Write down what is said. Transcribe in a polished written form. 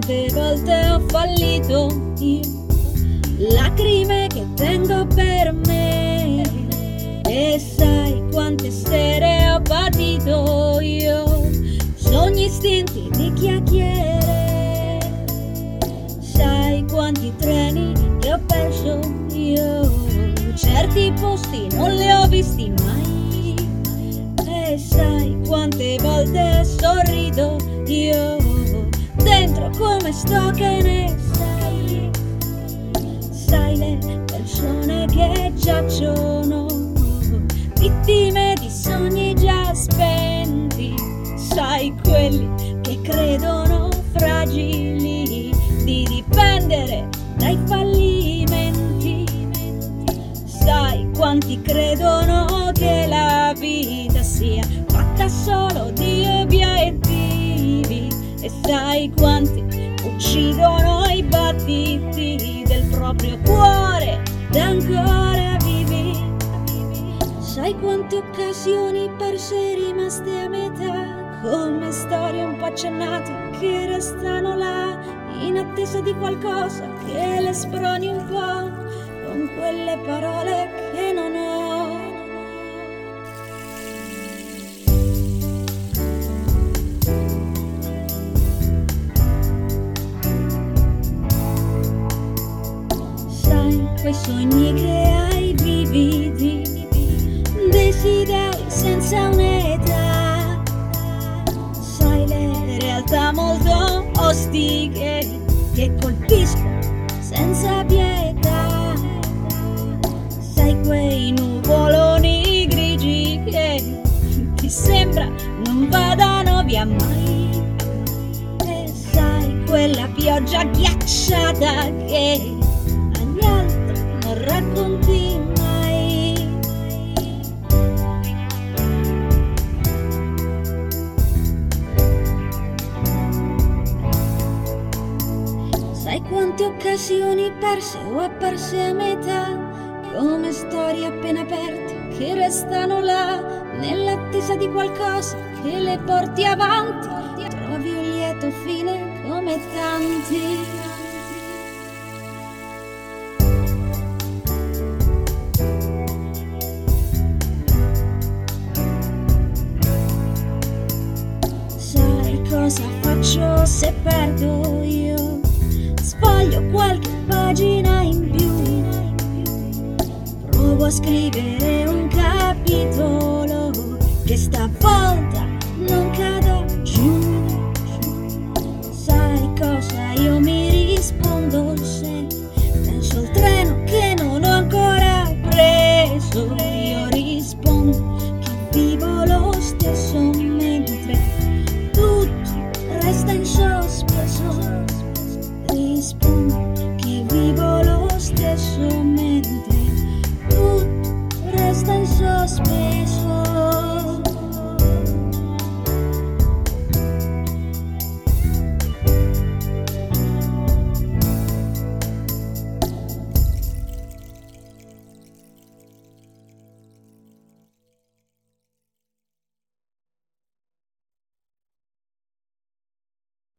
quante volte ho fallito io, lacrime che tengo per me, e sai quante sere ho patito io, sogni istinti di chiacchiere, sai quanti treni che ho perso io, certi posti non li ho visti mai, e sai quante volte sorrido io, dentro come sto che ne sai, sai le persone che giacciono, vittime di sogni già spenti, sai quelli che credono fragili di dipendere dai fallimenti, sai quanti credono che la vita sia fatta solo di obiettivi, e sai quanti uccidono i battiti del proprio cuore ed ancora vivi, sai quante occasioni perse rimaste a metà, come storie un po' accennate che restano là, in attesa di qualcosa che le sproni un po' con quelle parole che non ho. Sai quei sogni che hai vividi, desideri senza un'età, sai le realtà molto ostiche che colpiscono senza pietà, sai quei nuvoloni grigi che ti sembra non vadano via mai, e sai quella pioggia ghiacciata che agli altri non racconti mai. Sai quante occasioni perse o apparse a metà, come storie appena aperte che restano là, nell'attesa di qualcosa che le porti avanti, trovi un lieto fine come tanti. Sai cosa faccio se perdo io? Sfoglio qualche pagina in più, provo a scrivere un capitolo che stavolta non cada giù. Sai cosa io mi rispondo se penso al treno che non ho ancora preso? Io rispondo che vivo lo stesso mentre tutto resta in sospeso. Rispondo che vivo lo stesso mentre tutto resta in sospeso.